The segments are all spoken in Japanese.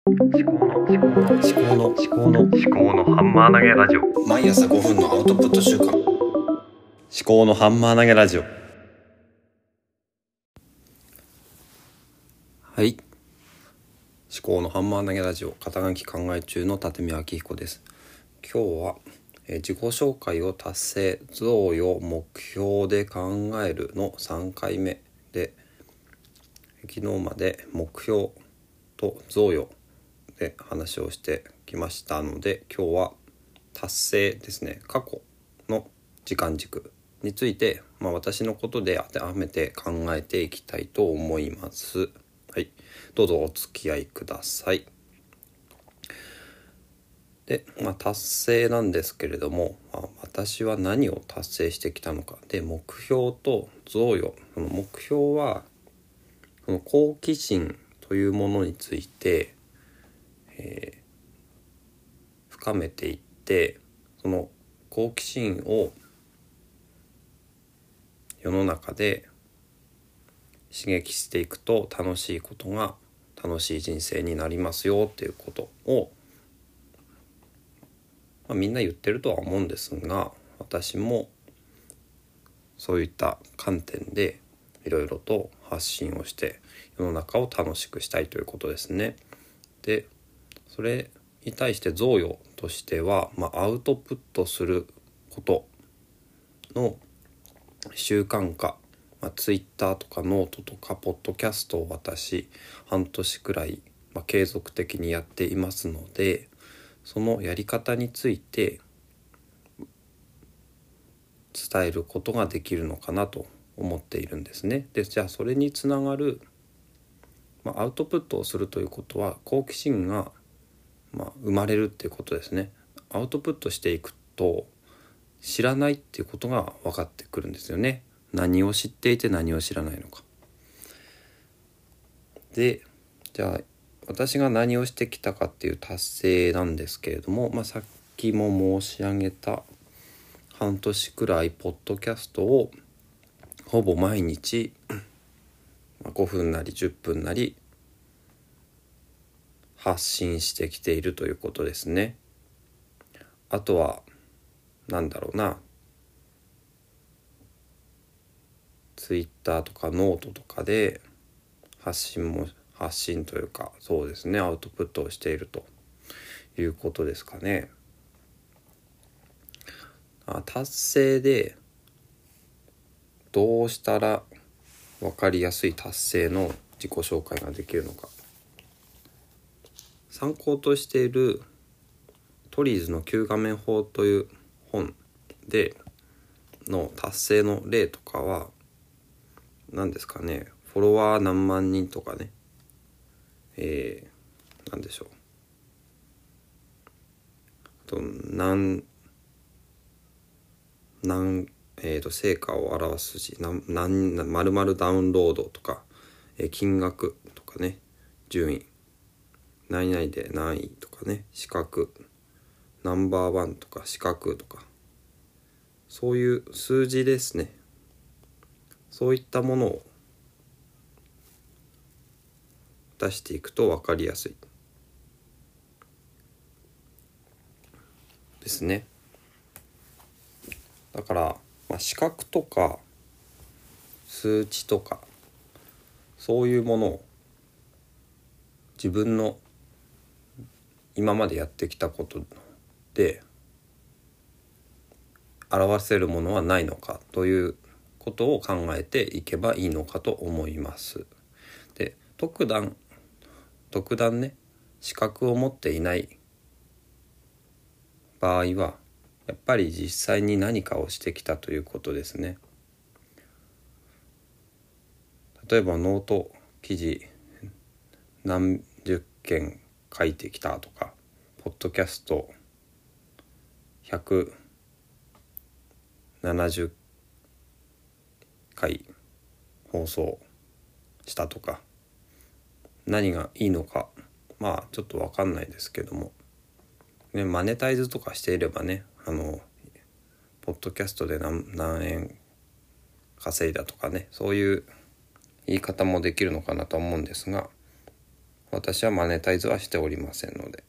ハンマー投げラジオ。 毎朝5分のアウトプット週間。 思考のハンマー投げラジオ。はい、思考のハンマー投げラジオ、肩書き考え中の立見明彦です。今日は自己紹介を達成、贈与、目標で考えるの3回目で、昨日まで目標と贈与で話をしてきましたので、今日は達成ですね、過去の時間軸について、私のことで当てはめて考えていきたいと思います。はい、どうぞお付き合いください。で、達成なんですけれども、私は何を達成してきたのかで、目標と贈与、その目標はその好奇心というものについて、深めていって、その好奇心を世の中で刺激していくと楽しい人生になりますよっていうことを、みんな言ってるとは思うんですが、私もそういった観点でいろいろと発信をして世の中を楽しくしたいということですね。で、それに対して贈与としては、アウトプットすることの習慣化、ツイッターとかノートとかポッドキャストを私半年くらい、継続的にやっていますので、そのやり方について伝えることができるのかなと思っているんですね。で、じゃあそれにつながる、アウトプットをするということは好奇心が生まれるっていうことですね。アウトプットしていくと知らないっていうことが分かってくるんですよね。何を知っていて何を知らないのか。で、じゃあ私が何をしてきたかっていう達成なんですけれども、さっきも申し上げた半年くらいポッドキャストをほぼ毎日5分なり10分なり発信してきているということですね。あとはツイッターとかノートとかで発信というか、そうですね、アウトプットをしているということですかね。達成でどうしたら分かりやすい達成の自己紹介ができるのか、参考としているトリーズの9画面法という本での達成の例とかは何ですかね。フォロワー何万人とかね、何でしょう、あと成果を表すし、〇〇ダウンロードとか、金額とかね、順位何々で何位とかね、資格ナンバーワンとか資格とか、そういう数字ですね。そういったものを出していくと分かりやすいですね。だから、資格とか数値とかそういうものを自分の今までやってきたことで表せるものはないのかということを考えていけばいいのかと思います。で、特段ね、資格を持っていない場合はやっぱり実際に何かをしてきたということですね。例えばノート記事何十件書いてきたとか、ポッドキャスト170回放送したとか、何がいいのかちょっと分かんないですけども、マネタイズとかしていればね、ポッドキャストで何円稼いだとかね、そういう言い方もできるのかなと思うんですが、 私はマネタイズはしておりませんので。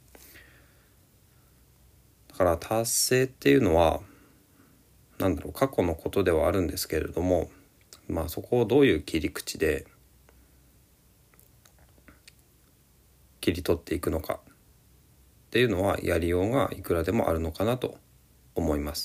だから達成っていうのは過去のことではあるんですけれども、そこをどういう切り口で切り取っていくのかっていうのはやりようがいくらでもあるのかなと思います。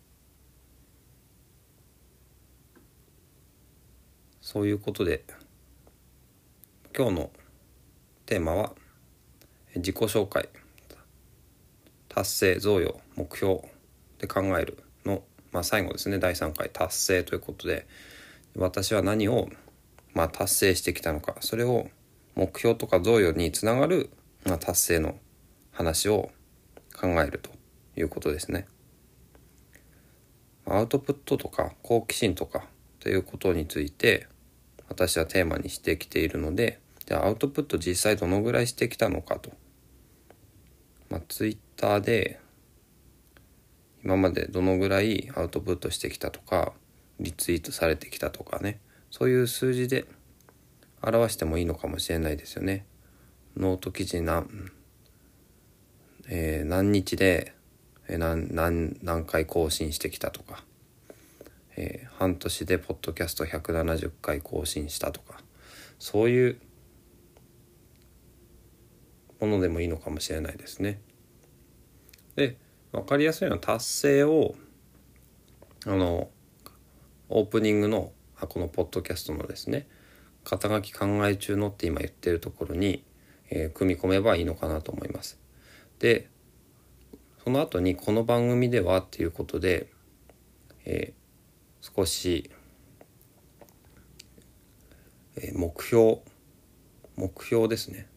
そういうことで今日のテーマは自己紹介、達成、贈与、目標で考えるの、最後ですね、第3回達成ということで、私は何を達成してきたのか、それを目標とか贈与につながる達成の話を考えるということですね。アウトプットとか好奇心とかということについて私はテーマにしてきているので、じゃあアウトプット実際どのぐらいしてきたのかと、ツイッターで今までどのぐらいアウトプットしてきたとかリツイートされてきたとかね、そういう数字で表してもいいのかもしれないですよね。ノート記事何日で何回更新してきたとか、半年でポッドキャスト170回更新したとか、そういうものでもいいのかもしれないですね。で、分かりやすいのは達成をオープニングのこのポッドキャストのですね、肩書き考え中のって今言ってるところに、組み込めばいいのかなと思います。で、その後にこの番組ではっていうことで、少し、目標ですね。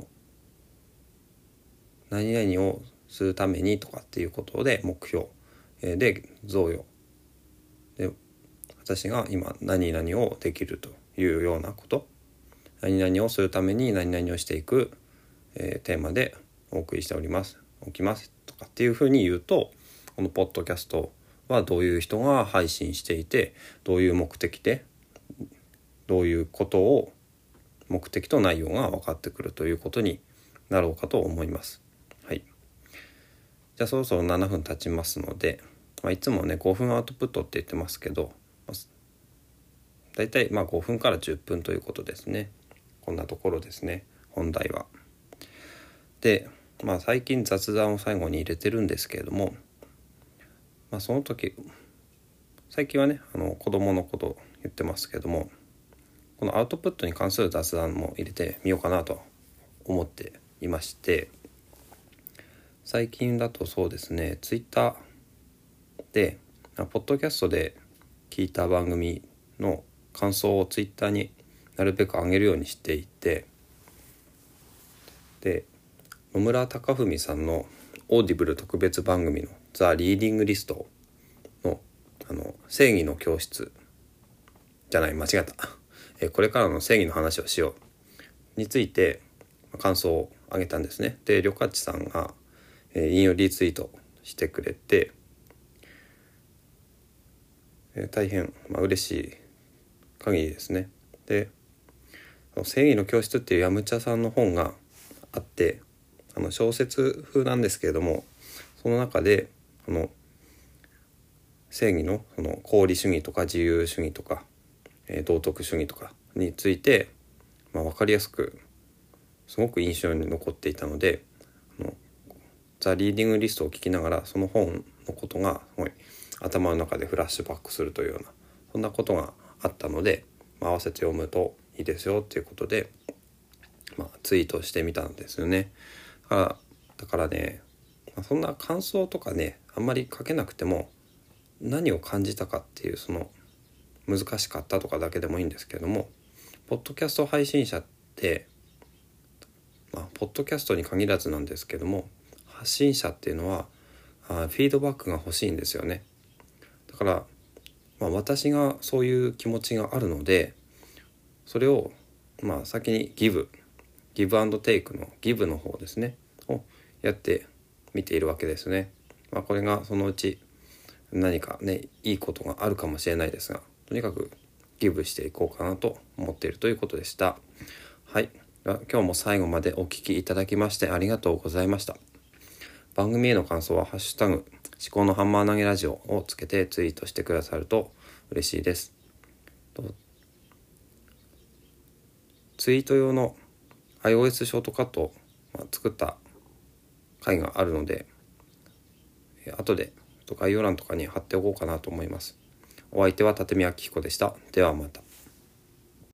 何々をするためにとかっていうことで目標、で贈与で、私が今何々をできるというようなこと、何々をするために何々をしていく、テーマでお送りしておきますとかっていうふうに言うと、このポッドキャストはどういう人が配信していて、どういう目的でどういうことを目的と内容が分かってくるということになろうかと思います。はい。じゃあそろそろ7分経ちますので、いつもね5分アウトプットって言ってますけど、だいたい5分から10分ということですね。こんなところですね、本題は。で、最近雑談を最後に入れてるんですけれども、その時最近はね子供のこと言ってますけども、このアウトプットに関する雑談も入れてみようかなと思っていまして、最近だとそうですね、ツイッターでポッドキャストで聞いた番組の感想をツイッターになるべく上げるようにしていて、で野村貴文さんのオーディブル特別番組のザ・リーディングリストの正義の教室じゃない、間違った、これからの正義の話をしようについて感想を上げたんですね。で、りょかちさんが、引用リツイートしてくれて、大変、嬉しい限りですね。で、正義の教室っていうやむちゃさんの本があって、小説風なんですけれども、その中で正義の功利主義とか自由主義とか、道徳主義とかについて、分かりやすくすごく印象に残っていたので、ザ・リーディングリストを聞きながらその本のことがすごい頭の中でフラッシュバックするというような、そんなことがあったので、合わせて読むといいですよっていうことで、ツイートしてみたんですよね。だからね、そんな感想とかねあんまり書けなくても、何を感じたかっていう難しかったとかだけでもいいんですけれども、ポッドキャスト配信者ってポッドキャストに限らずなんですけども、発信者っていうのはフィードバックが欲しいんですよね。だから、私がそういう気持ちがあるので、それを先にギブアンドテイクのギブの方ですねをやってみているわけですね。これがそのうち何かねいいことがあるかもしれないですが、とにかくギブしていこうかなと思っているということでした。はい。 今日も最後までお聞きいただきましてありがとうございました。番組への感想はハッシュタグ思考のハンマー投げラジオをつけてツイートしてくださると嬉しいです。ツイート用の iOS ショートカットを作った回があるので、後で概要欄とかに貼っておこうかなと思います。お相手は立見明彦でした。ではまた。